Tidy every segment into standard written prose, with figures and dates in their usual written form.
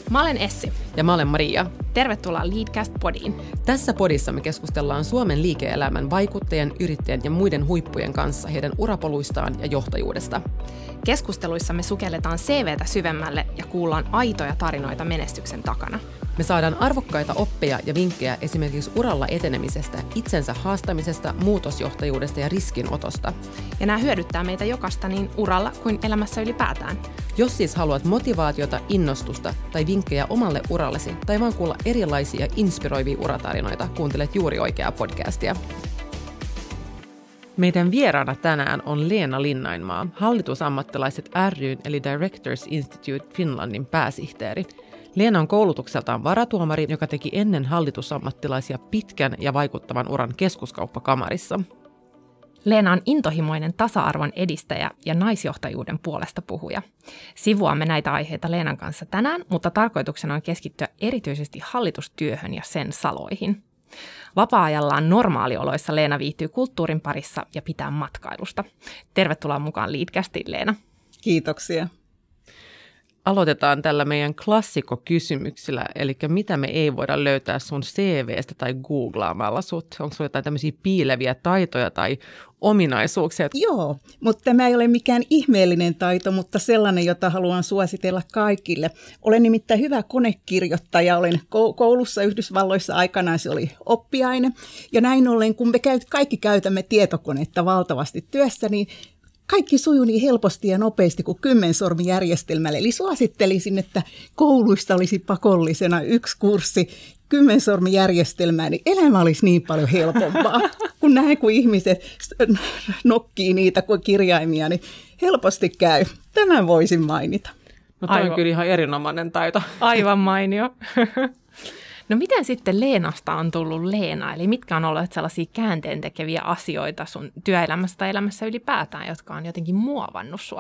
Mä olen Essi. Ja mä olen Maria. Tervetuloa Leadcast-podiin. Tässä podissa me keskustellaan Suomen liike-elämän vaikuttajien, yrittäjien ja muiden huippujen kanssa heidän urapoluistaan ja johtajuudesta. Keskusteluissa me sukelletaan CVtä syvemmälle ja kuullaan aitoja tarinoita menestyksen takana. Me saadaan arvokkaita oppeja ja vinkkejä esimerkiksi uralla etenemisestä, itsensä haastamisesta, muutosjohtajuudesta ja riskinotosta. Ja nämä hyödyttää meitä jokaista niin uralla kuin elämässä ylipäätään. Jos siis haluat motivaatiota, innostusta tai vinkkejä omalle urallesi tai vaan kuulla erilaisia inspiroivia uratarinoita, kuuntelet juuri oikeaa podcastia. Meidän vieraana tänään on Leena Linnainmaa, hallitusammattilaiset ry:n eli Directors Institute Finlandin pääsihteeri. Leena on koulutukseltaan varatuomari, joka teki ennen hallitusammattilaisia pitkän ja vaikuttavan uran Keskuskauppakamarissa. Leena on intohimoinen tasa-arvon edistäjä ja naisjohtajuuden puolesta puhuja. Sivuamme näitä aiheita Leenan kanssa tänään, mutta tarkoituksena on keskittyä erityisesti hallitustyöhön ja sen saloihin. Vapaa-ajallaan normaalioloissa Leena viihtyy kulttuurin parissa ja pitää matkailusta. Tervetuloa mukaan Leadcastiin, Leena. Kiitoksia. Aloitetaan tällä meidän klassikkokysymyksillä, eli mitä me ei voida löytää sun CVstä tai googlaamalla sut? Onko sulla jotain tämmöisiä piileviä taitoja tai ominaisuuksia? Joo, mutta tämä ei ole mikään ihmeellinen taito, mutta sellainen, jota haluan suositella kaikille. Olen nimittäin hyvä konekirjoittaja. Olen koulussa Yhdysvalloissa aikanaan, se oli oppiaine. Ja näin ollen, kun me kaikki käytämme tietokonetta valtavasti työssä, niin kaikki sujuu niin helposti ja nopeasti kuin kymmensormijärjestelmällä. Eli suosittelisin, että kouluista olisi pakollisena yksi kurssi kymmensormijärjestelmään, niin elämä olisi niin paljon helpompaa. Kun näen, kun ihmiset nokkii niitä kuin kirjaimia, niin helposti käy. Tämän voisin mainita. No toi on kyllä ihan erinomainen taito. Aivan mainio. No miten sitten Leenasta on tullut Leena? Eli mitkä on ollut sellaisia käänteentekeviä asioita sun työelämässä tai elämässä ylipäätään, jotka on jotenkin muovannut sua?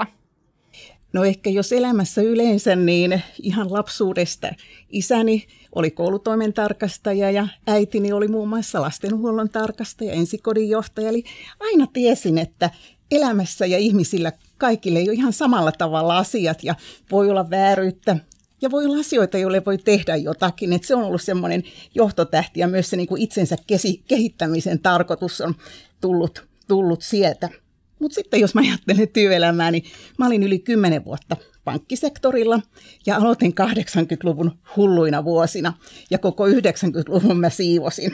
No ehkä jos elämässä yleensä, niin ihan lapsuudesta isäni oli koulutoimen tarkastaja ja äitini oli muun muassa lastenhuollon tarkastaja, ensikodin johtaja. Eli aina tiesin, että elämässä ja ihmisillä kaikille ei ole ihan samalla tavalla asiat ja voi olla vääryyttä. Ja voi olla asioita, joille voi tehdä jotakin. Että se on ollut semmoinen johtotähti ja myös se niin kuin itsensä kehittämisen tarkoitus on tullut sieltä. Mutta sitten jos mä ajattelen työelämää, niin mä olin yli 10 vuotta pankkisektorilla ja aloitin 80-luvun hulluina vuosina ja koko 90-luvun mä siivosin.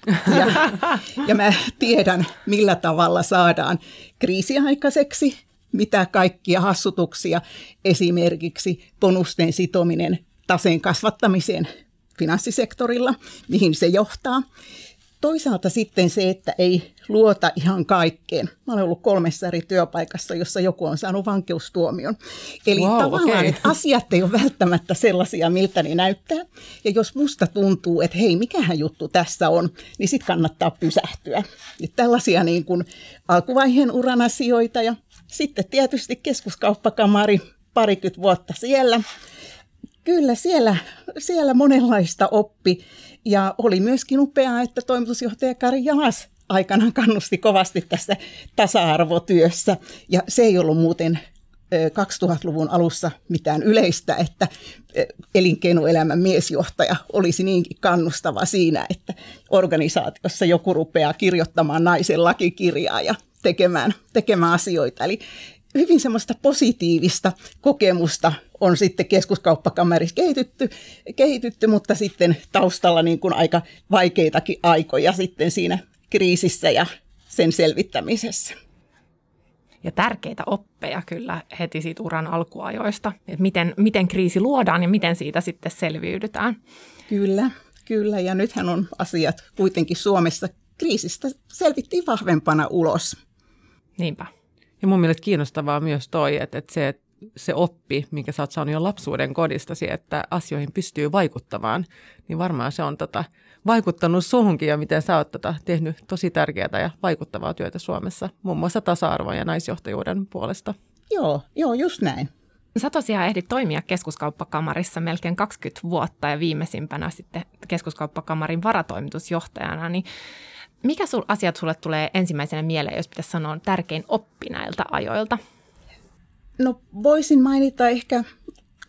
Ja mä tiedän, millä tavalla saadaan kriisiaikaiseksi. Mitä kaikkia hassutuksia, esimerkiksi bonusten sitominen taseen kasvattamiseen finanssisektorilla, mihin se johtaa. Toisaalta sitten se, että ei luota ihan kaikkeen. Mä olen ollut 3 eri työpaikassa, jossa joku on saanut vankeustuomion. Eli tavallaan että asiat ei ole välttämättä sellaisia, miltä ne näyttää. Ja jos musta tuntuu, että hei, mikähän juttu tässä on, niin sitten kannattaa pysähtyä. Ja tällaisia niin kuin alkuvaiheen uran asioita ja sitten tietysti Keskuskauppakamari, 20 vuotta siellä. Kyllä siellä monenlaista oppi ja oli myöskin upeaa, että toimitusjohtaja Kari Jaas aikanaan kannusti kovasti tässä tasa-arvotyössä. Ja se ei ollut muuten 2000-luvun alussa mitään yleistä, että elinkeinoelämän miesjohtaja olisi niinkin kannustava siinä, että organisaatiossa joku rupeaa kirjoittamaan naisen lakikirjaa ja tekemään asioita. Eli hyvin semmoista positiivista kokemusta on sitten Keskuskauppakamarissa kehitytty, mutta sitten taustalla niin kuin aika vaikeitakin aikoja sitten siinä kriisissä ja sen selvittämisessä. Ja tärkeitä oppeja kyllä heti siitä uran alkuajoista, että miten kriisi luodaan ja miten siitä sitten selviydytään. Kyllä. Ja nythän on asiat kuitenkin Suomessa kriisistä selvittiin vahvempana ulos. Niinpä. Ja mun mielestä kiinnostavaa myös toi, että se oppi, minkä sä oot saanut jo lapsuuden kodistasi, että asioihin pystyy vaikuttamaan, niin varmaan se on vaikuttanut suhunkin ja miten sä oot tehnyt tosi tärkeää ja vaikuttavaa työtä Suomessa, muun muassa tasa-arvon ja naisjohtajuuden puolesta. Joo, just näin. Sä tosiaan ehdit toimia Keskuskauppakamarissa melkein 20 vuotta ja viimeisimpänä sitten Keskuskauppakamarin varatoimitusjohtajana, niin mikä asiat sulle tulee ensimmäisenä mieleen, jos pitäisi sanoa tärkein oppi näiltä ajoilta? No voisin mainita ehkä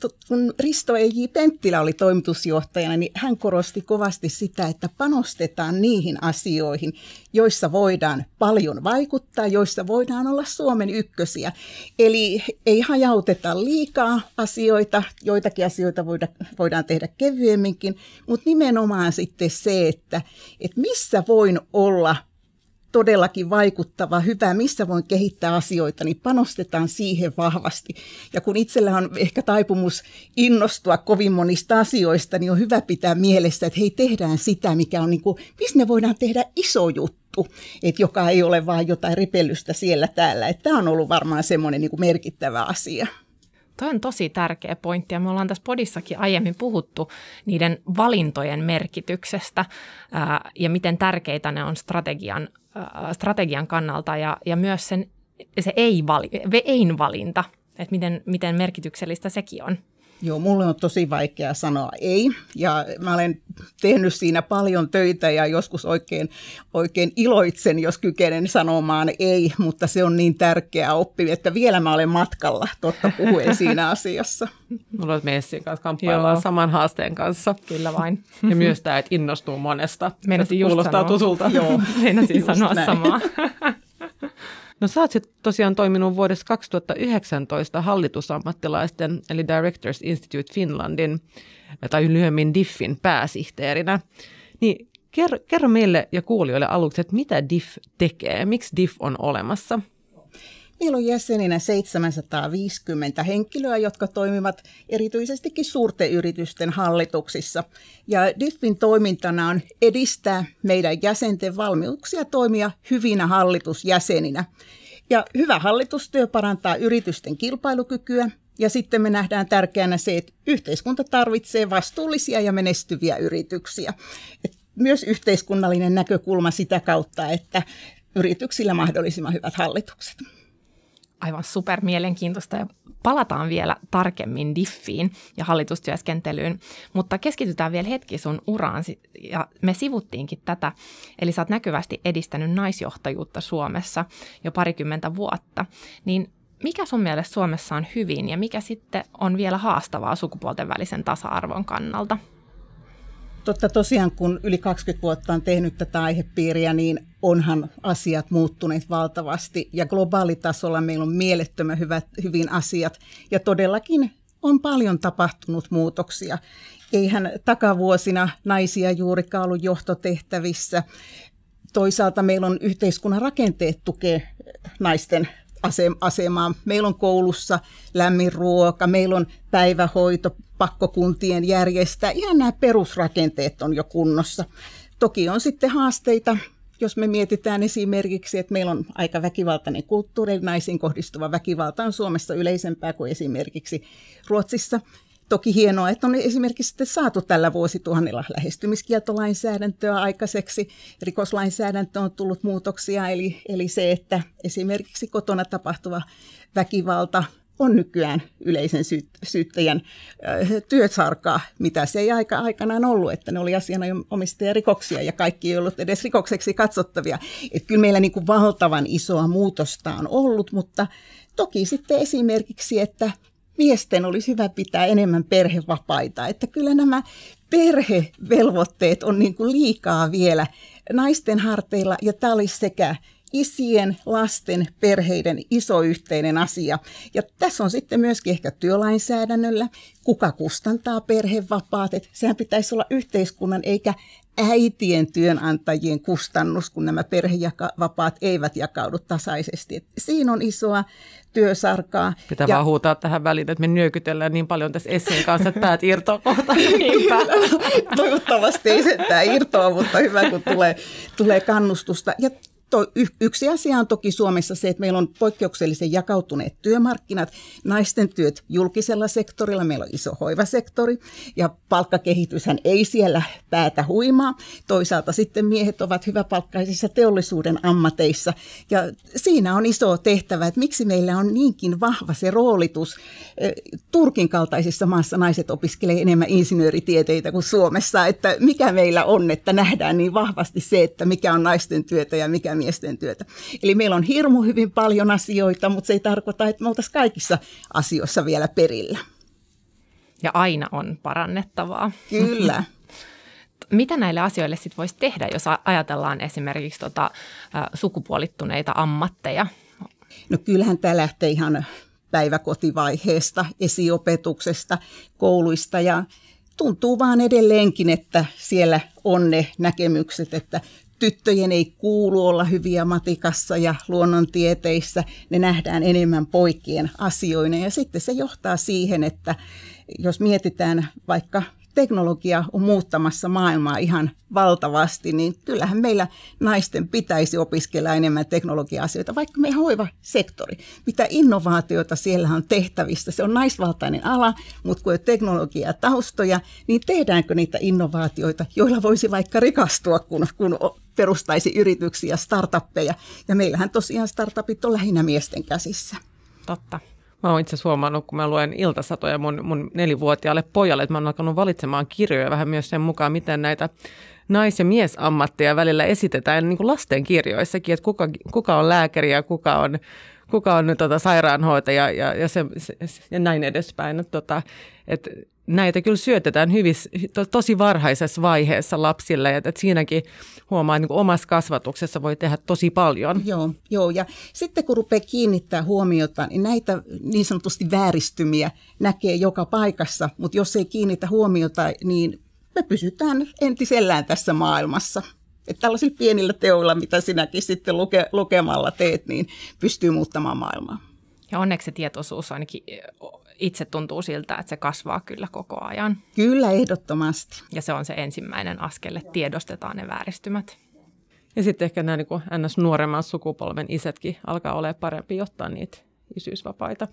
kun Risto E.J. Penttilä oli toimitusjohtajana, niin hän korosti kovasti sitä, että panostetaan niihin asioihin, joissa voidaan paljon vaikuttaa, joissa voidaan olla Suomen ykkösiä. Eli ei hajauteta liikaa asioita, joitakin asioita voidaan tehdä kevyemminkin, mutta nimenomaan sitten se, että missä voin olla todellakin vaikuttava, hyvä, missä voin kehittää asioita, niin panostetaan siihen vahvasti. Ja kun itsellä on ehkä taipumus innostua kovin monista asioista, niin on hyvä pitää mielessä, että hei, tehdään sitä, mikä on missä me voidaan tehdä iso juttu, että joka ei ole vain jotain repellystä siellä täällä. Että tämä on ollut varmaan semmoinen merkittävä asia. Toi on tosi tärkeä pointti ja me ollaan tässä podissakin aiemmin puhuttu niiden valintojen merkityksestä ja miten tärkeitä ne on strategian kannalta ja myös se ei-valinta, että miten merkityksellistä sekin on. Joo, mulle on tosi vaikea sanoa ei, ja mä olen tehnyt siinä paljon töitä ja joskus oikein iloitsen, jos kykenen sanomaan ei, mutta se on niin tärkeä oppi, että vielä mä olen matkalla totta puhuen siinä asiassa. Mulla on Messin kanssa kamppaillaan saman haasteen kanssa. Kyllä vain. Ja myös tämä, että innostuu monesta. Meinasin just kuulostaa sanoa. tusulta. Joo, meinasin sanoa näin. samaa. No sä oot sit tosiaan toiminut vuodessa 2019 hallitusammattilaisten, eli Directors Institute Finlandin, tai lyhyemmin DIFin pääsihteerinä. Niin kerro meille ja kuulijoille aluksi, että mitä DIF tekee, miksi DIF on olemassa? Meillä on jäseninä 750 henkilöä, jotka toimivat erityisestikin suurten yritysten hallituksissa. Ja DIFin toimintana on edistää meidän jäsenten valmiuksia toimia hyvinä hallitusjäseninä. Ja hyvä hallitustyö parantaa yritysten kilpailukykyä. Ja sitten me nähdään tärkeänä se, että yhteiskunta tarvitsee vastuullisia ja menestyviä yrityksiä. Et myös yhteiskunnallinen näkökulma sitä kautta, että yrityksillä mahdollisimman hyvät hallitukset. Aivan super mielenkiintoista ja palataan vielä tarkemmin DIFiin ja hallitustyöskentelyyn, mutta keskitytään vielä hetki sun uraan ja me sivuttiinkin tätä, eli sä oot näkyvästi edistänyt naisjohtajuutta Suomessa jo 20 vuotta, niin mikä sun mielestä Suomessa on hyvin ja mikä sitten on vielä haastavaa sukupuolten välisen tasa-arvon kannalta? Tosiaan, kun yli 20 vuotta on tehnyt tätä aihepiiriä, niin onhan asiat muuttuneet valtavasti. Ja globaalitasolla meillä on mielettömän hyvin asiat. Ja todellakin on paljon tapahtunut muutoksia. Eihän takavuosina naisia juurikaan ollut johtotehtävissä. Toisaalta meillä on yhteiskunnan rakenteet tukee naisten asemaa. Meillä on koulussa lämmin ruoka, meillä on päivähoito, pakkokuntien järjestää. Ihan nämä perusrakenteet on jo kunnossa. Toki on sitten haasteita, jos me mietitään esimerkiksi, että meillä on aika väkivaltainen kulttuuri, naisiin kohdistuva väkivalta on Suomessa yleisempää kuin esimerkiksi Ruotsissa. Toki hienoa, että on esimerkiksi sitten saatu tällä vuosituhannella lähestymiskieltolainsäädäntöä aikaiseksi. Rikoslainsäädäntö on tullut muutoksia, eli se, että esimerkiksi kotona tapahtuva väkivalta on nykyään yleisen syyttäjän työsarkaa, mitä se ei aikanaan ollut, että ne oli asianomistajarikoksia ja kaikki ei ollut edes rikokseksi katsottavia. Että kyllä meillä valtavan isoa muutosta on ollut, mutta toki sitten esimerkiksi, että miesten olisi hyvä pitää enemmän perhevapaita, että kyllä nämä perhevelvoitteet on liikaa vielä naisten harteilla ja tämä olisi sekä isien, lasten, perheiden iso yhteinen asia. Ja tässä on sitten myöskin ehkä työlainsäädännöllä, kuka kustantaa perhevapaat, että sehän pitäisi olla yhteiskunnan eikä äitien työnantajien kustannus, kun nämä perhevapaat eivät jakaudu tasaisesti. Et siinä on isoa työsarkaa. Pitää vaan huutaa tähän väliin, että me nyökytellään niin paljon tässä esseen kanssa, että päät irtoaa kohta. Toivottavasti ei sentään irtoa, mutta hyvä, kun tulee kannustusta. Ja yksi asia on toki Suomessa se, että meillä on poikkeuksellisen jakautuneet työmarkkinat. Naisten työt julkisella sektorilla, meillä on iso hoivasektori ja palkkakehityshän ei siellä päätä huimaa. Toisaalta sitten miehet ovat hyväpalkkaisissa teollisuuden ammateissa ja siinä on iso tehtävä, että miksi meillä on niinkin vahva se roolitus. Turkin kaltaisessa maassa naiset opiskelee enemmän insinööritieteitä kuin Suomessa, että mikä meillä on, että nähdään niin vahvasti se, että mikä on naisten työtä ja mikä miesten työtä. Eli meillä on hirmu hyvin paljon asioita, mutta se ei tarkoita, että me oltaisiin kaikissa asioissa vielä perillä. Ja aina on parannettavaa. Kyllä. Mitä näille asioille sitten voisi tehdä, jos ajatellaan esimerkiksi sukupuolittuneita ammatteja? No kyllähän tämä lähtee ihan päiväkotivaiheesta, esiopetuksesta, kouluista ja tuntuu vaan edelleenkin, että siellä on ne näkemykset, että tyttöjen ei kuulu olla hyviä matikassa ja luonnontieteissä. Ne nähdään enemmän poikien asioina ja sitten se johtaa siihen, että jos mietitään vaikka teknologia on muuttamassa maailmaa ihan valtavasti, niin kyllähän meillä naisten pitäisi opiskella enemmän teknologia-asioita, vaikka meidän hoivasektori. Mitä innovaatioita siellä on tehtävissä, se on naisvaltainen ala, mutta kun on teknologiataustoja, niin tehdäänkö niitä innovaatioita, joilla voisi vaikka rikastua, kun perustaisi yrityksiä, startuppeja. Ja meillähän tosiaan startupit on lähinnä miesten käsissä. Totta. Mä oon itse asiassa huomannut, kun mä luen iltasatoja mun 4-vuotiaalle pojalle, että mä oon alkanut valitsemaan kirjoja vähän myös sen mukaan, miten näitä nais- ja miesammatteja välillä esitetään niin kuin lastenkirjoissakin, että kuka on lääkäri ja kuka on sairaanhoitaja ja näin edespäin. Että näitä kyllä syötetään tosi varhaisessa vaiheessa lapsille, että siinäkin huomaa, että niin kuin omassa kasvatuksessa voi tehdä tosi paljon. Joo, ja sitten kun rupeaa kiinnittää huomiota, niin näitä niin sanotusti vääristymiä näkee joka paikassa, mutta jos ei kiinnitä huomiota, niin me pysytään entisellään tässä maailmassa. Että tällaisilla pienillä teoilla, mitä sinäkin sitten lukemalla teet, niin pystyy muuttamaan maailmaa. Ja onneksi se tietoisuus ainakin itse tuntuu siltä, että se kasvaa kyllä koko ajan. Kyllä, ehdottomasti. Ja se on se ensimmäinen askel, että tiedostetaan ne vääristymät. Ja sitten ehkä nämä niin ns. Nuoremman sukupolven isätkin alkaa olemaan parempi ottaa niitä isyysvapaita.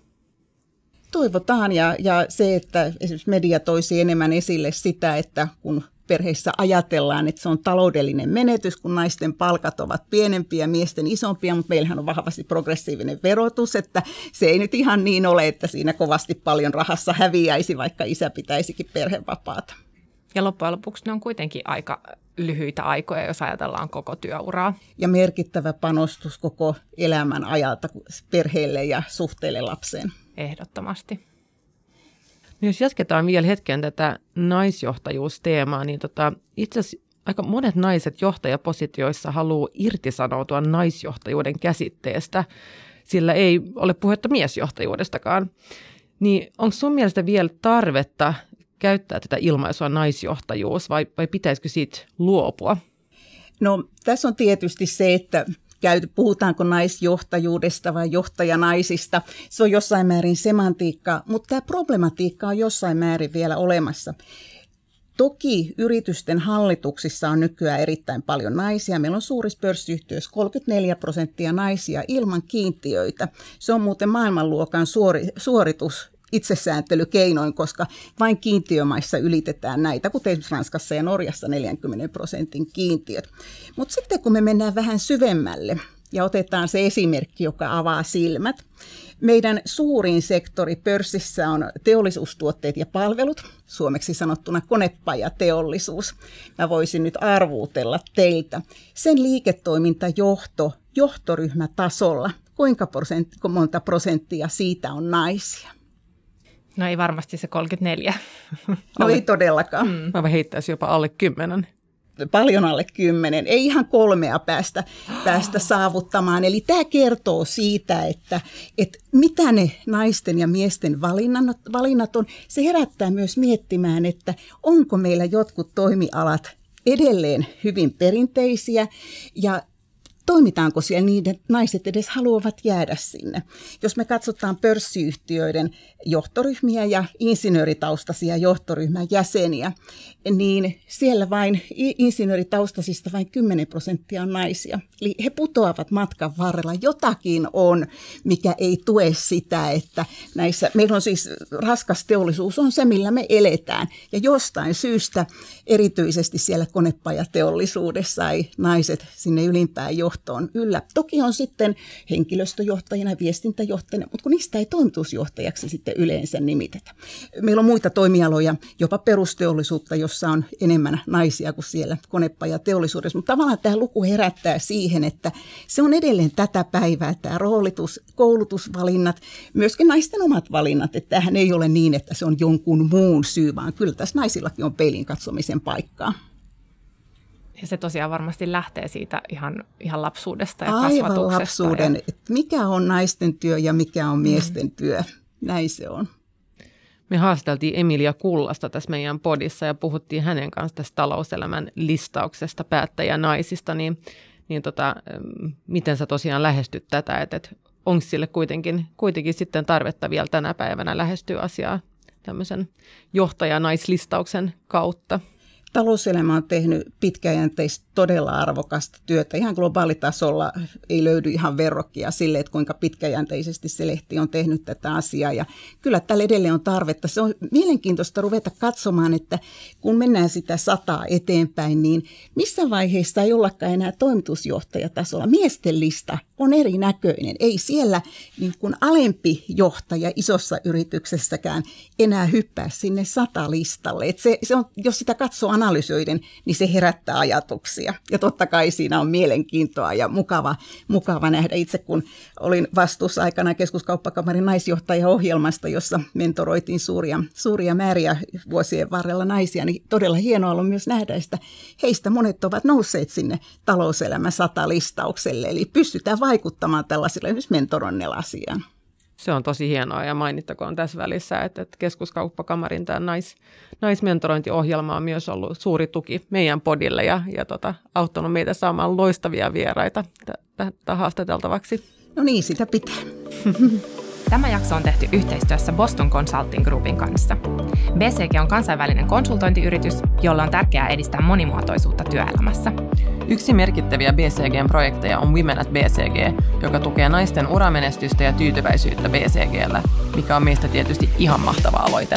Toivotaan ja se, että esimerkiksi media toisi enemmän esille sitä, että kun perheissä ajatellaan, että se on taloudellinen menetys, kun naisten palkat ovat pienempiä ja miesten isompia, mutta meillähän on vahvasti progressiivinen verotus, että se ei nyt ihan niin ole, että siinä kovasti paljon rahassa häviäisi, vaikka isä pitäisikin perhevapaata. Ja loppujen lopuksi ne on kuitenkin aika lyhyitä aikoja, jos ajatellaan koko työuraa. Ja merkittävä panostus koko elämän ajalta perheelle ja suhteelle lapseen. Ehdottomasti. Jos jatketaan vielä hetken tätä naisjohtajuusteemaa, niin itse asiassa aika monet naiset johtajapositioissa haluaa irtisanoutua naisjohtajuuden käsitteestä, sillä ei ole puhetta miesjohtajuudestakaan. Niin onko sun mielestä vielä tarvetta käyttää tätä ilmaisua naisjohtajuus vai pitäisikö siitä luopua? No tässä on tietysti se, että puhutaanko naisjohtajuudesta vai johtajanaisista. Se on jossain määrin semantiikkaa, mutta tämä problematiikka on jossain määrin vielä olemassa. Toki yritysten hallituksissa on nykyään erittäin paljon naisia. Meillä on suurissa pörssiyhtiöissä 34% naisia ilman kiintiöitä. Se on muuten maailmanluokan suoritus itsesääntelykeinoin, koska vain kiintiömaissa ylitetään näitä, kuten esimerkiksi Ranskassa ja Norjassa 40% kiintiöt. Mutta sitten kun me mennään vähän syvemmälle ja otetaan se esimerkki, joka avaa silmät. Meidän suurin sektori pörssissä on teollisuustuotteet ja palvelut, suomeksi sanottuna konepajateollisuus. Mä voisin nyt arvuutella teiltä. Sen liiketoimintajohtoryhmätasolla, kuinka monta prosenttia siitä on naisia? No ei varmasti se 34. No ei todellakaan. Mä heittäisin jopa alle 10. Paljon alle 10, ei ihan 3 päästä saavuttamaan. Eli tämä kertoo siitä, että mitä ne naisten ja miesten valinnat on. Se herättää myös miettimään, että onko meillä jotkut toimialat edelleen hyvin perinteisiä ja toimitaanko siellä niiden naiset edes haluavat jäädä sinne. Jos me katsotaan pörssiyhtiöiden johtoryhmiä ja insinööritaustaisia johtoryhmän jäseniä, niin siellä vain insinööritaustaisista vain 10% on naisia. Eli he putoavat matkan varrella. Jotakin on, mikä ei tue sitä, että meillä on siis raskas teollisuus on se, millä me eletään. Ja jostain syystä erityisesti siellä konepajateollisuudessa ei naiset sinne ylimpään johtoon johtoon yllä. Toki on sitten henkilöstöjohtajina, viestintäjohtajina, mutta kun niistä ei toimitusjohtajaksi sitten yleensä nimitetä. Meillä on muita toimialoja, jopa perusteollisuutta, jossa on enemmän naisia kuin siellä konepajateollisuudessa. Mutta tavallaan tämä luku herättää siihen, että se on edelleen tätä päivää, tämä roolitus, koulutusvalinnat, myöskin naisten omat valinnat. Että tämähän ei ole niin, että se on jonkun muun syy, vaan kyllä tässä naisillakin on peilin katsomisen paikkaa. Ja se tosiaan varmasti lähtee siitä ihan lapsuudesta ja kasvatuksesta. Aivan lapsuuden, että mikä on naisten työ ja mikä on miesten työ. Näin se on. Me haasteltiin Emilia Kullasta tässä meidän podissa ja puhuttiin hänen kanssa tästä talouselämän listauksesta päättäjänaisista, niin miten sä tosiaan lähestyt tätä, että onko sille kuitenkin sitten tarvetta vielä tänä päivänä lähestyä asiaa tämmöisen johtajanaislistauksen kautta? Talouselämä on tehnyt pitkäjänteistä todella arvokasta työtä. Ihan globaalitasolla ei löydy ihan verrokkia sille, että kuinka pitkäjänteisesti se lehti on tehnyt tätä asiaa. Ja kyllä tällä edelleen on tarvetta. Se on mielenkiintoista ruveta katsomaan, että kun mennään sitä 100 eteenpäin, niin missä vaiheessa ei ollakaan enää toimitusjohtajatasolla. Miesten lista on erinäköinen. Ei siellä niin kuin alempi johtaja isossa yrityksessäkään enää hyppää sinne 100-listalle. Että se on, jos sitä katsoo analysoiden, niin se herättää ajatuksia. Ja totta kai siinä on mielenkiintoa ja mukava nähdä. Itse kun olin vastuussa aikana Keskuskauppakamarin naisjohtajaohjelmasta, jossa mentoroitiin suuria määriä vuosien varrella naisia, niin todella hienoa ollut myös nähdä, että heistä monet ovat nousseet sinne talouselämä 100-listaukselle. Eli pystytään vaikuttamaan tällaisilla esimerkiksi mentoronnella asiaan. Se on tosi hienoa ja mainittakoon tässä välissä, että Keskuskauppakamarin tämä naismentorointiohjelma on myös ollut suuri tuki meidän podille ja auttanut meitä saamaan loistavia vieraita haastateltavaksi. No niin, sitä pitää. Tämä jakso on tehty yhteistyössä Boston Consulting Groupin kanssa. BCG on kansainvälinen konsultointiyritys, jolla on tärkeää edistää monimuotoisuutta työelämässä. Yksi merkittäviä BCGn projekteja on Women at BCG, joka tukee naisten uramenestystä ja tyytyväisyyttä BCG:llä, mikä on meistä tietysti ihan mahtava aloite.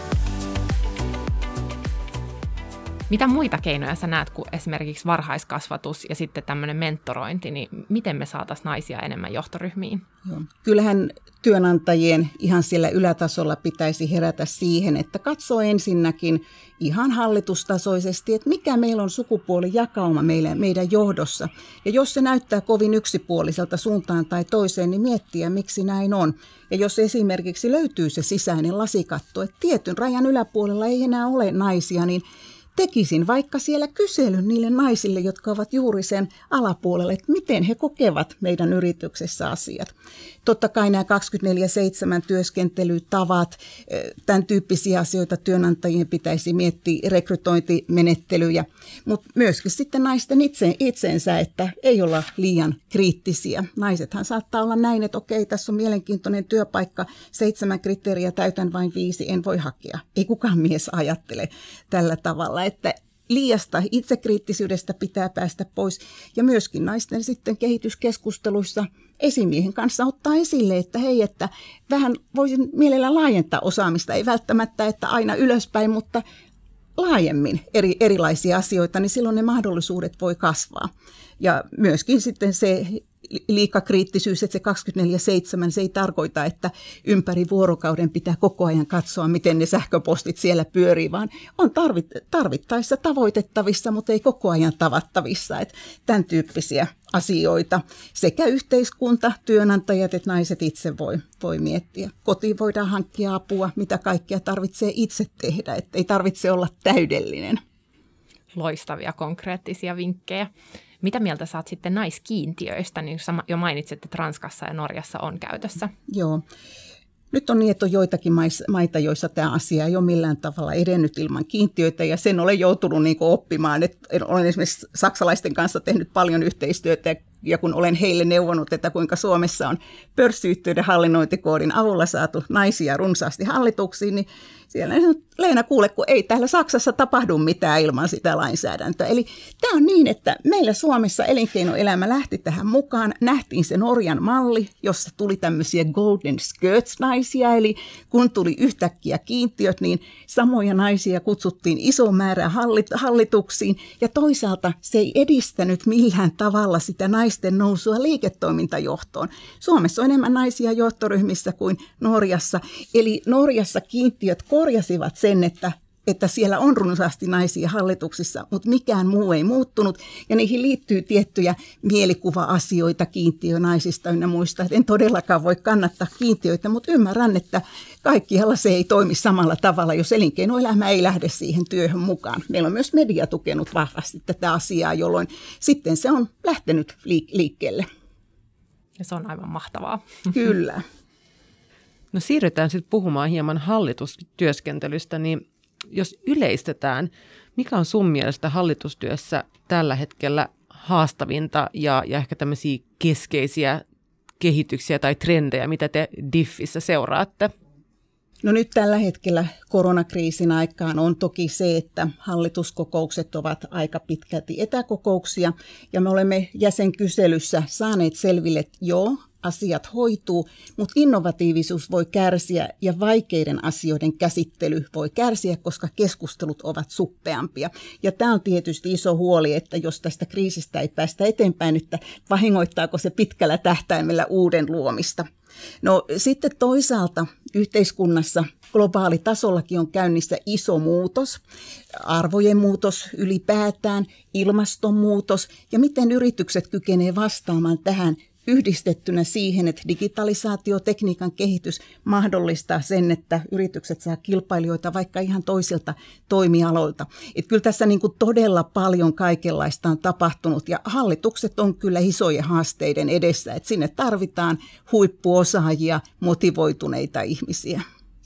Mitä muita keinoja sä näet kuin esimerkiksi varhaiskasvatus ja sitten tämmöinen mentorointi, niin miten me saataisiin naisia enemmän johtoryhmiin? Joo. Kyllähän työnantajien ihan siellä ylätasolla pitäisi herätä siihen, että katsoo ensinnäkin ihan hallitustasoisesti, että mikä meillä on sukupuolijakauma meidän johdossa. Ja jos se näyttää kovin yksipuoliselta suuntaan tai toiseen, niin miettiä, miksi näin on. Ja jos esimerkiksi löytyy se sisäinen lasikatto, että tietyn rajan yläpuolella ei enää ole naisia, niin tekisin vaikka siellä kyselyn niille naisille, jotka ovat juuri sen alapuolella, että miten he kokevat meidän yrityksessä asiat. Totta kai nämä 24/7 työskentelytavat, tämän tyyppisiä asioita työnantajien pitäisi miettiä, rekrytointimenettelyjä, mutta myöskin sitten naisten itsensä, että ei olla liian kriittisiä. Naisethan saattaa olla näin, että okei, tässä on mielenkiintoinen työpaikka, 7 kriteeriä, täytän vain 5, en voi hakea. Ei kukaan mies ajattele tällä tavalla, että liiasta itsekriittisyydestä pitää päästä pois ja myöskin naisten sitten kehityskeskusteluissa esimiehen kanssa ottaa esille, että hei, että vähän voisin mielellään laajentaa osaamista, ei välttämättä, että aina ylöspäin, mutta laajemmin erilaisia asioita, niin silloin ne mahdollisuudet voi kasvaa. Ja myöskin sitten se liikakriittisyys, että se 24/7, se ei tarkoita, että ympäri vuorokauden pitää koko ajan katsoa, miten ne sähköpostit siellä pyörii, vaan on tarvittaessa tavoitettavissa, mutta ei koko ajan tavattavissa. Että tämän tyyppisiä asioita sekä yhteiskunta, työnantajat että naiset itse voi miettiä. Kotiin voidaan hankkia apua, mitä kaikkea tarvitsee itse tehdä, että ei tarvitse olla täydellinen. Loistavia konkreettisia vinkkejä. Mitä mieltä saat sitten naiskiintiöistä, niin jo mainitsit, että Ranskassa ja Norjassa on käytössä? Joo. Nyt on niin, että on joitakin maita, joissa tämä asia ei ole millään tavalla edennyt ilman kiintiöitä, ja sen olen joutunut oppimaan. Että olen esimerkiksi saksalaisten kanssa tehnyt paljon yhteistyötä, ja kun olen heille neuvonut, että kuinka Suomessa on pörssiyhtiöiden hallinnointikoodin avulla saatu naisia runsaasti hallituksiin, niin siellä Leena, kuule, kun ei täällä Saksassa tapahdu mitään ilman sitä lainsäädäntöä. Eli tämä on niin, että meillä Suomessa elinkeinoelämä lähti tähän mukaan. Nähtiin se Norjan malli, jossa tuli tämmöisiä golden skirts-naisia, eli kun tuli yhtäkkiä kiintiöt, niin samoja naisia kutsuttiin iso määrä hallituksiin. Ja toisaalta se ei edistänyt millään tavalla sitä naisten naisten nousua liiketoimintajohtoon. Suomessa on enemmän naisia johtoryhmissä kuin Norjassa. Eli Norjassa kiintiöt korjasivat sen, että siellä on runsaasti naisia hallituksissa, mutta mikään muu ei muuttunut. Ja niihin liittyy tiettyjä mielikuva-asioita kiintiönaisista ynnä muista. En todellakaan voi kannattaa kiintiöitä, mutta ymmärrän, että kaikkialla se ei toimi samalla tavalla, jos elinkeinoelämä ei lähde siihen työhön mukaan. Meillä on myös media tukenut vahvasti tätä asiaa, jolloin sitten se on lähtenyt liikkeelle. Ja se on aivan mahtavaa. Kyllä. No siirrytään sitten puhumaan hieman hallitustyöskentelystä, niin jos yleistetään, mikä on sun mielestä hallitustyössä tällä hetkellä haastavinta ja ehkä tämmöisiä keskeisiä kehityksiä tai trendejä, mitä te DIFissä seuraatte? No nyt tällä hetkellä koronakriisin aikaan on toki se, että hallituskokoukset ovat aika pitkälti etäkokouksia ja me olemme jäsenkyselyssä saaneet selville, että joo, asiat hoituu, mutta innovatiivisuus voi kärsiä ja vaikeiden asioiden käsittely voi kärsiä, koska keskustelut ovat suppeampia. Ja tämä on tietysti iso huoli, että jos tästä kriisistä ei päästä eteenpäin, että vahingoittaako se pitkällä tähtäimellä uuden luomista. No sitten toisaalta yhteiskunnassa globaalitasollakin on käynnissä iso muutos, arvojen muutos ylipäätään, ilmastonmuutos ja miten yritykset kykenevät vastaamaan tähän yhdistettynä siihen, että digitalisaatio, tekniikan kehitys mahdollistaa sen, että yritykset saa kilpailijoita vaikka ihan toisilta toimialoilta. Että kyllä tässä niin kuin todella paljon kaikenlaista on tapahtunut ja hallitukset on kyllä isojen haasteiden edessä, että sinne tarvitaan huippuosaajia, motivoituneita ihmisiä.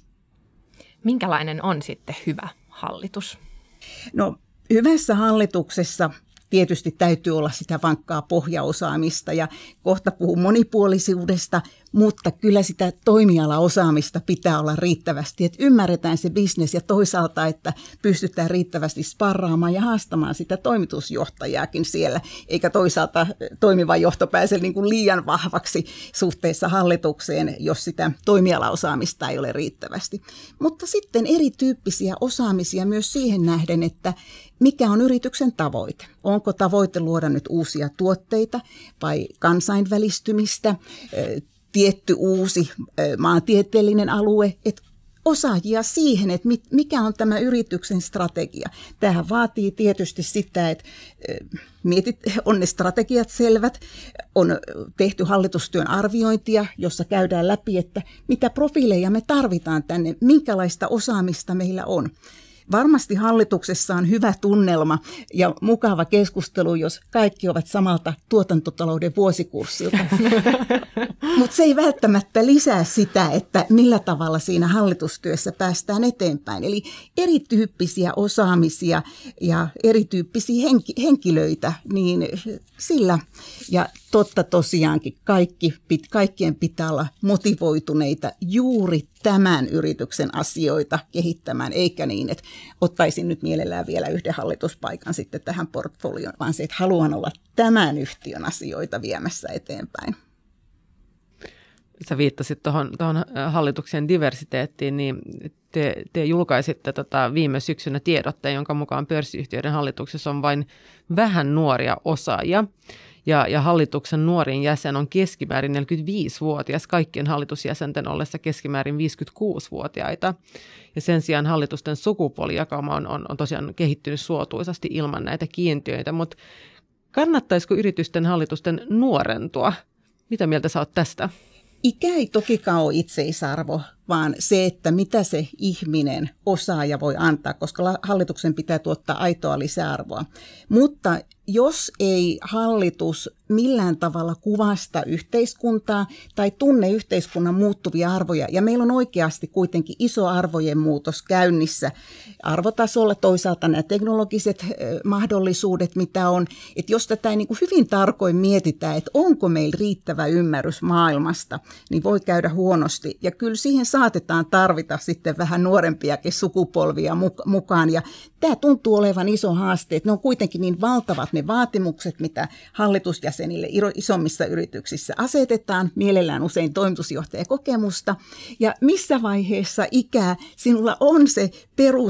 Minkälainen on sitten hyvä hallitus? No hyvässä hallituksessa tietysti täytyy olla sitä vankkaa pohjaosaamista ja kohta puhun monipuolisuudesta, mutta kyllä sitä toimialaosaamista pitää olla riittävästi, että ymmärretään se bisnes ja toisaalta, että pystytään riittävästi sparraamaan ja haastamaan sitä toimitusjohtajaakin siellä, eikä toisaalta toimiva johto pääse niin kuin liian vahvaksi suhteessa hallitukseen, jos sitä toimialaosaamista ei ole riittävästi. Mutta sitten erityyppisiä osaamisia myös siihen nähden, että mikä on yrityksen tavoite? Onko tavoite luoda nyt uusia tuotteita vai kansainvälistymistä, tietty uusi maantieteellinen alue, että osaajia siihen, että mikä on tämä yrityksen strategia. Tämähän vaatii tietysti sitä, että on ne strategiat selvät, on tehty hallitustyön arviointia, jossa käydään läpi, että mitä profiileja me tarvitaan tänne, minkälaista osaamista meillä on. Varmasti hallituksessa on hyvä tunnelma ja mukava keskustelu, jos kaikki ovat samalta tuotantotalouden vuosikurssilta. Mutta se ei välttämättä lisää sitä, että millä tavalla siinä hallitustyössä päästään eteenpäin. Eli erityyppisiä osaamisia ja erityyppisiä henkilöitä, niin sillä ja totta tosiaankin kaikkien pitää olla motivoituneita juuri tämän yrityksen asioita kehittämään, eikä niin, että ottaisin nyt mielellään vielä yhden hallituspaikan sitten tähän portfolioon, vaan se, että haluan olla tämän yhtiön asioita viemässä eteenpäin. Sä viittasit tuohon hallituksen diversiteettiin, niin te julkaisitte viime syksynä tiedotteen, jonka mukaan pörssiyhtiöiden hallituksessa on vain vähän nuoria osaajia. Ja hallituksen nuorin jäsen on keskimäärin 45-vuotias, kaikkien hallitusjäsenten ollessa keskimäärin 56-vuotiaita. Ja sen sijaan hallitusten sukupuolijakauma on tosiaan kehittynyt suotuisasti ilman näitä kiintiöitä. Mutta kannattaisiko yritysten hallitusten nuorentua? Mitä mieltä sä oot tästä? Ikä ei tokikaan ole itseisarvo, vaan se, että mitä se ihminen osaaja voi antaa, koska hallituksen pitää tuottaa aitoa lisäarvoa. Mutta jos ei hallitus millään tavalla kuvasta yhteiskuntaa tai tunne yhteiskunnan muuttuvia arvoja, ja meillä on oikeasti kuitenkin iso arvojen muutos käynnissä arvotasolla, toisaalta nämä teknologiset mahdollisuudet, mitä on, että jos tätä ei niin kuin hyvin tarkoin mietitään, että onko meillä riittävä ymmärrys maailmasta, niin voi käydä huonosti, ja kyllä siihen saatetaan tarvita sitten vähän nuorempiakin sukupolvia mukaan, ja tämä tuntuu olevan iso haaste, että ne on kuitenkin niin valtavat ne vaatimukset, mitä hallitusjäsenille isommissa yrityksissä asetetaan, mielellään usein toimitusjohtajakokemusta, ja missä vaiheessa ikää sinulla on se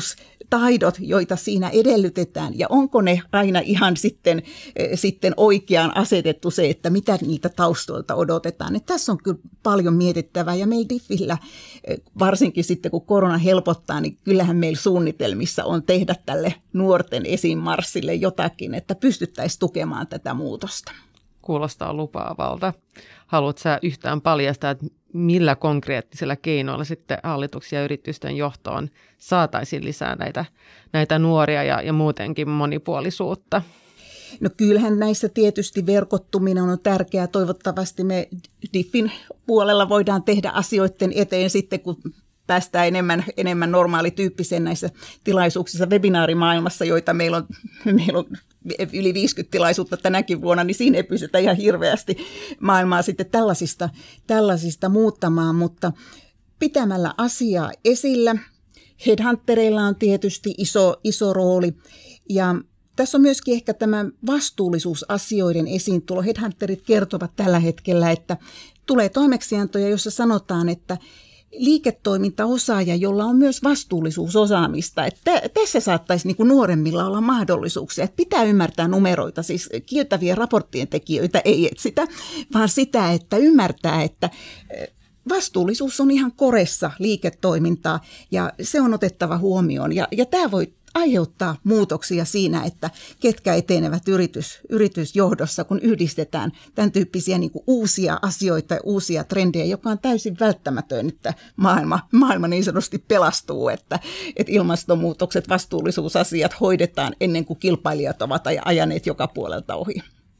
taidot, joita siinä edellytetään, ja onko ne aina ihan sitten oikeaan asetettu se, että mitä niiltä taustoilta odotetaan. Että tässä on kyllä paljon mietittävää, ja meillä DIFillä, varsinkin sitten kun korona helpottaa, niin kyllähän meillä suunnitelmissa on tehdä tälle nuorten esiinmarssille jotakin, että pystyttäisiin tukemaan tätä muutosta. Kuulostaa lupaavalta. Haluatko sä yhtään paljastaa, että millä konkreettisilla keinoilla sitten hallituksia ja yritysten johtoon saataisiin lisää näitä nuoria ja muutenkin monipuolisuutta? No kyllähän näissä tietysti verkottuminen on tärkeää. Toivottavasti me DIFin puolella voidaan tehdä asioiden eteen sitten, kun päästään enemmän normaalityyppiseen näissä tilaisuuksissa webinaarimaailmassa, joita meillä on yli 50 tilaisuutta tänäkin vuonna, niin siinä ei pystytä ihan hirveästi maailmaa sitten tällaisista muuttamaan, mutta pitämällä asiaa esillä. Headhuntereilla on tietysti iso rooli, ja tässä on myöskin ehkä tämä vastuullisuusasioiden esiintulo. Headhunterit kertovat tällä hetkellä, että tulee toimeksiantoja, jossa sanotaan, että liiketoimintaosaaja, jolla on myös vastuullisuusosaamista. Että tässä saattaisi niin kuin nuoremmilla olla mahdollisuuksia. Että pitää ymmärtää numeroita, siis kieltäviä raporttien tekijöitä ei etsitä, vaan sitä, että ymmärtää, että vastuullisuus on ihan koressa liiketoimintaa ja se on otettava huomioon. Ja tämä voi aiheuttaa muutoksia siinä, että ketkä etenevät yritysjohdossa, kun yhdistetään tämän tyyppisiä niin kuin uusia asioita ja uusia trendejä, joka on täysin välttämätön, että maailma niin sanotusti pelastuu, että ilmastonmuutokset, vastuullisuusasiat hoidetaan ennen kuin kilpailijat ovat ajaneet joka puolelta ohi.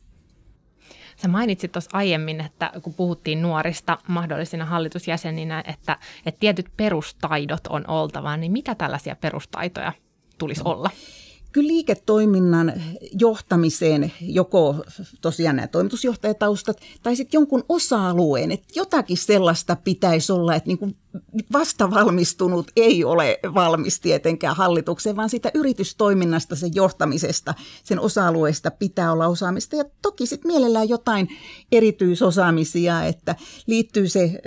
Sä mainitsit tuossa aiemmin, että kun puhuttiin nuorista mahdollisina hallitusjäseninä, että tietyt perustaidot on oltava, niin mitä tällaisia perustaitoja tulisi olla? Kyllä liiketoiminnan johtamiseen joko tosiaan nämä toimitusjohtajataustat tai sitten jonkun osa-alueen, että jotakin sellaista pitäisi olla, että niin kuin vastavalmistunut ei ole valmis tietenkään hallitukseen, vaan siitä yritystoiminnasta, sen johtamisesta, sen osa-alueesta pitää olla osaamista. Ja toki sitten mielellään jotain erityisosaamisia, että liittyy se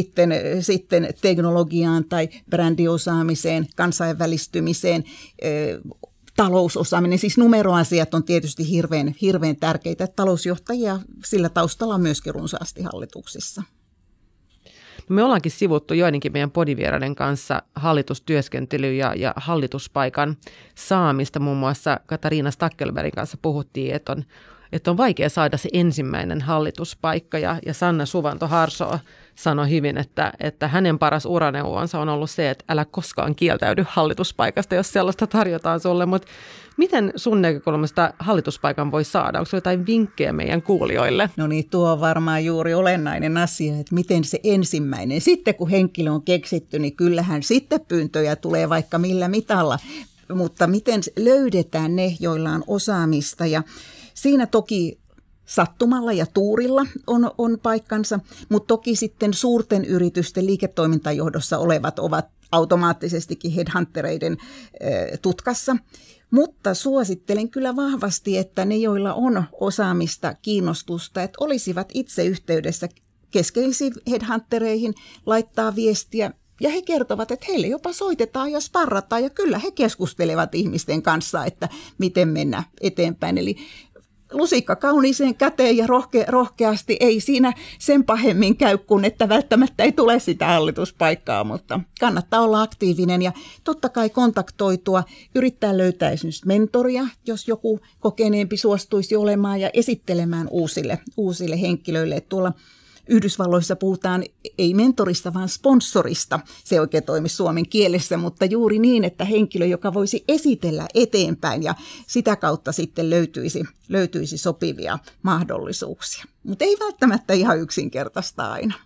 sitten teknologiaan tai brändiosaamiseen, kansainvälistymiseen, talousosaaminen, siis numeroasiat on tietysti hirveän tärkeitä. Talousjohtajia sillä taustalla on myöskin runsaasti hallituksissa. No me ollaankin sivuttu joidenkin meidän podivieraiden kanssa hallitustyöskentelyä ja hallituspaikan saamista. Muun muassa Katariina Stakkelbergin kanssa puhuttiin, että on vaikea saada se ensimmäinen hallituspaikka. Ja Sanna Suvanto-Harsoo sanoi hyvin, että hänen paras uraneuvonsa on ollut se, että älä koskaan kieltäydy hallituspaikasta, jos sellaista tarjotaan sulle. Mutta miten sun näkökulmasta hallituspaikan voi saada? Onko jotain vinkkejä meidän kuulijoille? No niin, tuo on varmaan juuri olennainen asia, että miten se ensimmäinen. Sitten kun henkilö on keksitty, niin kyllähän sitten pyyntöjä tulee vaikka millä mitalla. Mutta miten löydetään ne, joilla on osaamista, ja siinä toki sattumalla ja tuurilla on paikkansa, mutta toki sitten suurten yritysten liiketoimintajohdossa olevat ovat automaattisestikin headhuntereiden tutkassa. Mutta suosittelen kyllä vahvasti, että ne, joilla on osaamista, kiinnostusta, että olisivat itse yhteydessä keskeisiin headhuntereihin, laittaa viestiä. Ja he kertovat, että heille jopa soitetaan ja sparrataan ja kyllä he keskustelevat ihmisten kanssa, että miten mennä eteenpäin. Eli lusikka kauniiseen käteen ja rohkeasti ei siinä sen pahemmin käy, kun että välttämättä ei tule sitä hallituspaikkaa, mutta kannattaa olla aktiivinen ja totta kai kontaktoitua, yrittää löytää esimerkiksi mentoria, jos joku kokeneempi suostuisi olemaan ja esittelemään uusille henkilöille. Tuolla Yhdysvalloissa puhutaan ei mentorista, vaan sponsorista. Se oikein toimi suomen kielessä, mutta juuri niin, että henkilö, joka voisi esitellä eteenpäin ja sitä kautta sitten löytyisi sopivia mahdollisuuksia. Mutta ei välttämättä ihan yksinkertaista aina.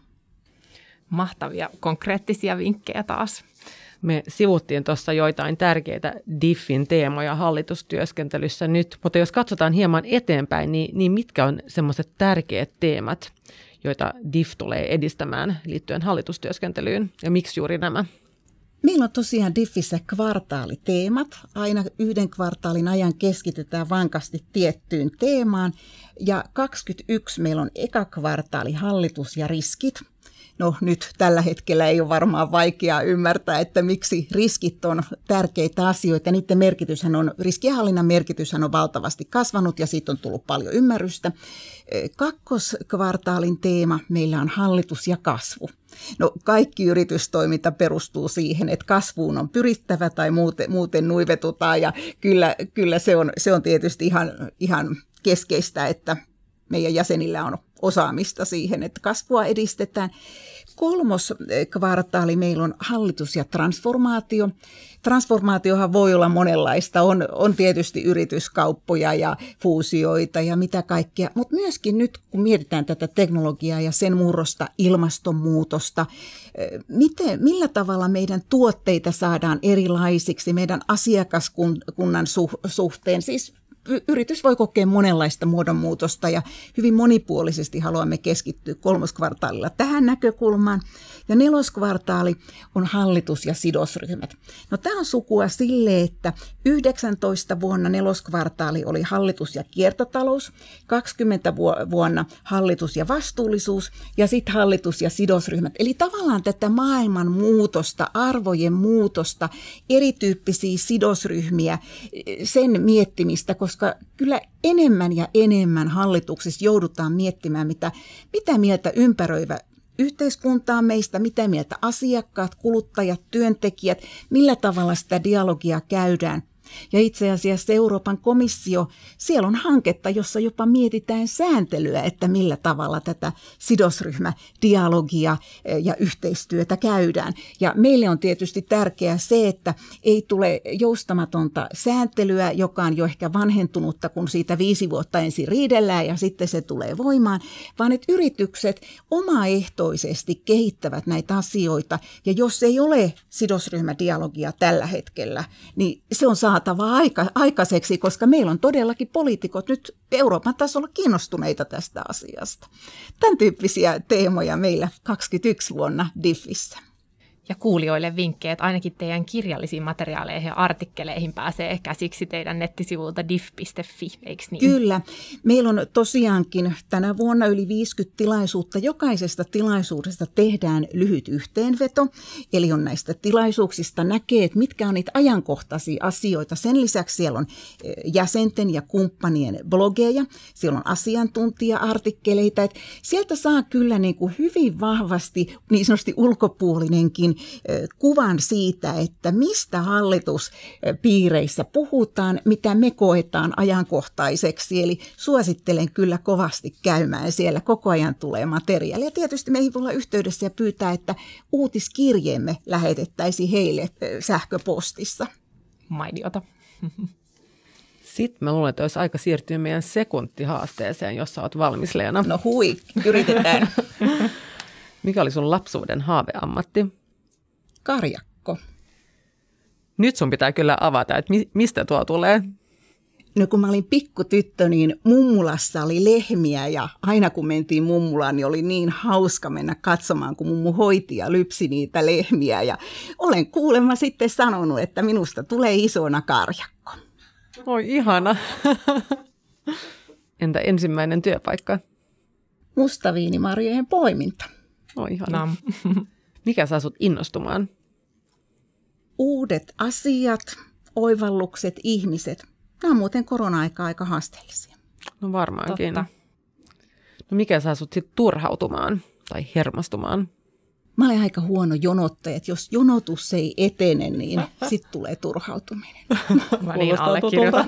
Mahtavia konkreettisia vinkkejä taas. Me sivuttiin tuossa joitain tärkeitä DIFin teemoja hallitustyöskentelyssä nyt, mutta jos katsotaan hieman eteenpäin, niin mitkä on semmoiset tärkeät teemat, joita DIF tulee edistämään liittyen hallitustyöskentelyyn, ja miksi juuri nämä? Meillä on tosiaan DIFissä kvartaaliteemat. Aina yhden kvartaalin ajan keskitytään vankasti tiettyyn teemaan. Ja 2021 meillä on eka kvartaali hallitus ja riskit. No nyt tällä hetkellä ei ole varmaan vaikeaa ymmärtää, että miksi riskit on tärkeitä asioita. Niiden riskienhallinnan merkityshän on valtavasti kasvanut ja siitä on tullut paljon ymmärrystä. Kakkoskvartaalin teema meillä on hallitus ja kasvu. No kaikki yritystoiminta perustuu siihen, että kasvuun on pyrittävä tai muuten nuivetutaan ja kyllä se on tietysti ihan keskeistä, että meidän jäsenillä on osaamista siihen, että kasvua edistetään. Kolmoskvartaali meillä on hallitus ja transformaatio. Transformaatiohan voi olla monenlaista. On tietysti yrityskauppoja ja fuusioita ja mitä kaikkea, mutta myöskin nyt kun mietitään tätä teknologiaa ja sen murrosta, ilmastonmuutosta, millä tavalla meidän tuotteita saadaan erilaisiksi meidän asiakaskunnan suhteen, siis yritys voi kokea monenlaista muodonmuutosta ja hyvin monipuolisesti haluamme keskittyä kolmoskvartaalilla tähän näkökulmaan. Ja neloskvartaali on hallitus ja sidosryhmät. No tämä on sukua sille, että 19 vuonna neloskvartaali oli hallitus ja kiertotalous, 20 vuonna hallitus ja vastuullisuus ja sitten hallitus ja sidosryhmät. Eli tavallaan tätä maailman muutosta, arvojen muutosta, erityyppisiä sidosryhmiä, sen miettimistä, koska kyllä enemmän ja enemmän hallituksessa joudutaan miettimään, mitä mieltä ympäröivä yhteiskuntaa meistä, mitä mieltä asiakkaat, kuluttajat, työntekijät, millä tavalla sitä dialogia käydään. Ja itse asiassa Euroopan komissio, siellä on hanketta, jossa jopa mietitään sääntelyä, että millä tavalla tätä sidosryhmädialogia ja yhteistyötä käydään. Ja meille on tietysti tärkeää se, että ei tule joustamatonta sääntelyä, joka on jo ehkä vanhentunutta, kun siitä 5 vuotta ensin riidellään ja sitten se tulee voimaan, vaan että yritykset omaehtoisesti kehittävät näitä asioita. Ja jos ei ole sidosryhmädialogia tällä hetkellä, niin se on saatava aikaiseksi, koska meillä on todellakin poliitikot nyt Euroopan tasolla kiinnostuneita tästä asiasta. Tämän tyyppisiä teemoja meillä 21 vuonna DIFissä. Ja kuulijoille vinkkejä, että ainakin teidän kirjallisiin materiaaleihin ja artikkeleihin pääsee käsiksi teidän nettisivulta diff.fi, eikö niin? Kyllä. Meillä on tosiaankin tänä vuonna yli 50 tilaisuutta. Jokaisesta tilaisuudesta tehdään lyhyt yhteenveto. Eli on näistä tilaisuuksista näkee, että mitkä on niitä ajankohtaisia asioita. Sen lisäksi siellä on jäsenten ja kumppanien blogeja. Siellä on asiantuntija-artikkeleita. Että sieltä saa kyllä niin kuin hyvin vahvasti niin sanotusti ulkopuolinenkin kuvan siitä, että mistä hallituspiireissä puhutaan, mitä me koetaan ajankohtaiseksi. Eli suosittelen kyllä kovasti käymään. Siellä koko ajan tulee materiaalia. Ja tietysti meihin voi olla yhteydessä ja pyytää, että uutiskirjeemme lähetettäisiin heille sähköpostissa. Mainiota. Sitten mä luulen, että olisi aika siirtyä meidän sekuntihaasteeseen, jos olet valmis, Leena. No yritetään. Mikä oli sun lapsuuden haaveammatti? Karjakko. Nyt sun pitää kyllä avata, että mistä tuo tulee? No kun mä olin pikkutyttö, niin mummulassa oli lehmiä ja aina kun mentiin mummulaan, niin oli niin hauska mennä katsomaan, kun mummu hoiti ja lypsi niitä lehmiä. Ja olen kuulemma sitten sanonut, että minusta tulee isona karjakko. Oi ihana. Entä ensimmäinen työpaikka? Mustaviinimarjojen poiminta. Oi ihana. Mikä saa sut innostumaan? Uudet asiat, oivallukset, ihmiset. Nämä on muuten korona-aikaa aika haasteellisia. No varmaankin. Totta. No mikä saa sut sitten turhautumaan tai hermostumaan? Mä olen aika huono jonottaja, että jos jonotus ei etene, niin sitten tulee turhautuminen. Mä niin allekirjoitan.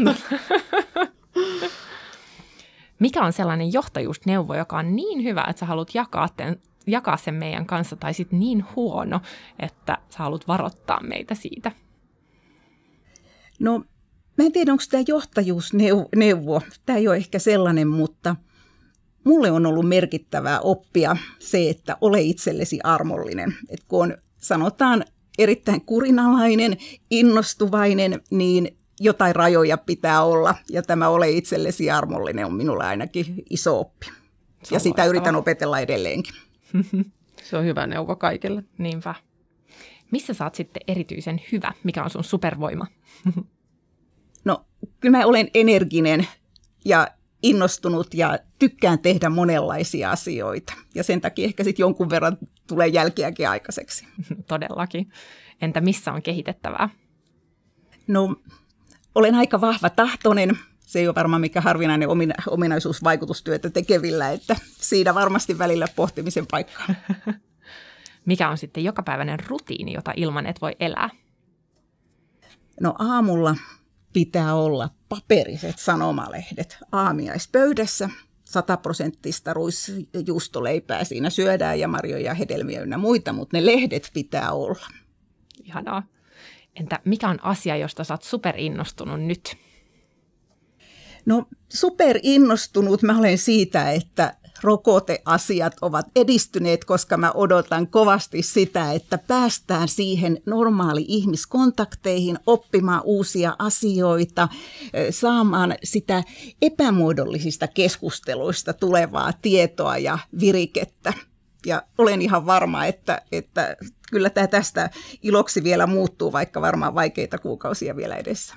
Mikä on sellainen johtajuusneuvo, joka on niin hyvä, että sä haluat jakaa sen meidän kanssa, tai sitten niin huono, että sä haluat varoittaa meitä siitä? No, mä en tiedä, onko tämä johtajuusneuvo. Tämä ei ole ehkä sellainen, mutta mulle on ollut merkittävää oppia se, että ole itsellesi armollinen. Et kun on, sanotaan, erittäin kurinalainen, innostuvainen, niin jotain rajoja pitää olla. Ja tämä ole itsellesi armollinen on minulle ainakin iso oppi. Ja sitä yritän opetella edelleenkin. Se on hyvä neuvo kaikille. Niinpä. Missä sä oot sitten erityisen hyvä? Mikä on sun supervoima? No, kyllä mä olen energinen ja innostunut ja tykkään tehdä monenlaisia asioita. Ja sen takia ehkä sitten jonkun verran tulee jälkeäkin aikaiseksi. Todellakin. Entä missä on kehitettävää? No, olen aika vahva tahtoinen. Se ei ole varmaan mikä harvinainen ominaisuus vaikutustyötä tekevillä, että siinä varmasti välillä pohtimisen paikkaa. Mikä on sitten jokapäiväinen rutiini, jota ilman et voi elää? No aamulla pitää olla paperiset sanomalehdet aamiaispöydässä. 100% ruisjuustoleipää siinä syödään ja marjoja, hedelmiä ynnä muita, mutta ne lehdet pitää olla. Ihanaa. Entä mikä on asia, josta sä oot superinnostunut nyt? No superinnostunut mä olen siitä, että rokoteasiat ovat edistyneet, koska mä odotan kovasti sitä, että päästään siihen normaali ihmiskontakteihin, oppimaan uusia asioita, saamaan sitä epämuodollisista keskusteluista tulevaa tietoa ja virikettä. Ja olen ihan varma, että kyllä tämä tästä iloksi vielä muuttuu, vaikka varmaan vaikeita kuukausia vielä edessä.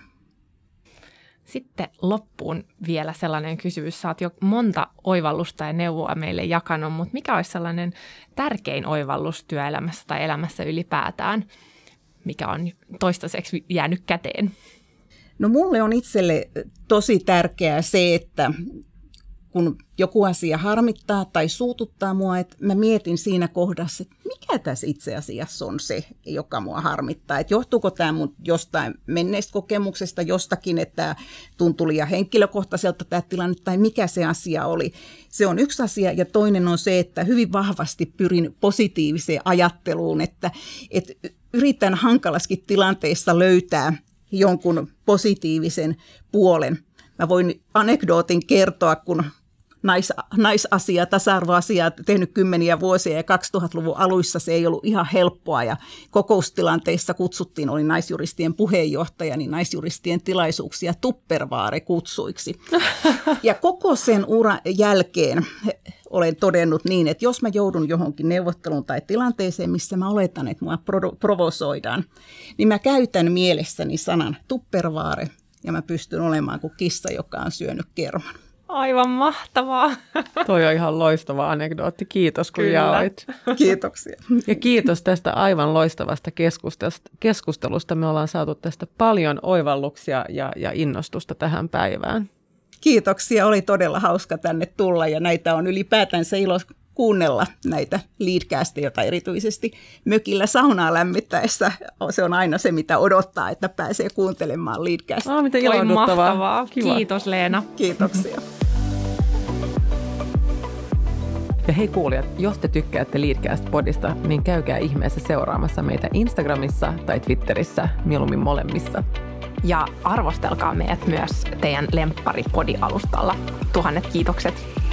Sitten loppuun vielä sellainen kysymys. Sä oot jo monta oivallusta ja neuvoa meille jakanut, mutta mikä olisi sellainen tärkein oivallus työelämässä tai elämässä ylipäätään, mikä on toistaiseksi jäänyt käteen? No mulle on itselle tosi tärkeää se, että kun joku asia harmittaa tai suututtaa mua, että mä mietin siinä kohdassa, että mikä tässä itse asiassa on se, joka mua harmittaa. Että johtuuko tämä mun jostain menneestä kokemuksesta, jostakin, että tämä tuntui liian henkilökohtaiselta tämä tilanne, tai mikä se asia oli. Se on yksi asia, ja toinen on se, että hyvin vahvasti pyrin positiiviseen ajatteluun, että yritän hankalaskin tilanteissa löytää jonkun positiivisen puolen. Mä voin anekdootin kertoa, kun naisasia, tasa-arvoasia tehnyt kymmeniä vuosia ja 2000-luvun aluissa se ei ollut ihan helppoa ja kokoustilanteissa kutsuttiin, oli naisjuristien puheenjohtaja, niin naisjuristien tilaisuuksia Tupperware-kutsuiksi. Ja koko sen uran jälkeen olen todennut niin, että jos mä joudun johonkin neuvotteluun tai tilanteeseen, missä mä oletan, että mua provosoidaan, niin mä käytän mielessäni sanan Tupperware ja mä pystyn olemaan kuin kissa, joka on syönyt kerman. Aivan mahtavaa. Toi on ihan loistava anekdootti. Kiitos, kun jaoit. Kiitoksia. Ja kiitos tästä aivan loistavasta keskustelusta. Me ollaan saatu tästä paljon oivalluksia ja innostusta tähän päivään. Kiitoksia. Oli todella hauska tänne tulla ja näitä on ylipäätänsä ilo kuunnella näitä Leadcasteja, jota erityisesti mökillä saunaa lämmittäessä. Se on aina se, mitä odottaa, että pääsee kuuntelemaan Leadcastia. Mitä ilahduttavaa. Mahtavaa. Kiitos Leena. Kiitoksia. Ja hei kuulijat, jos te tykkäätte Leadcast-podista, niin käykää ihmeessä seuraamassa meitä Instagramissa tai Twitterissä, mieluummin molemmissa. Ja arvostelkaa meidät myös teidän lemppari-podi-alustalla. 1000 kiitokset.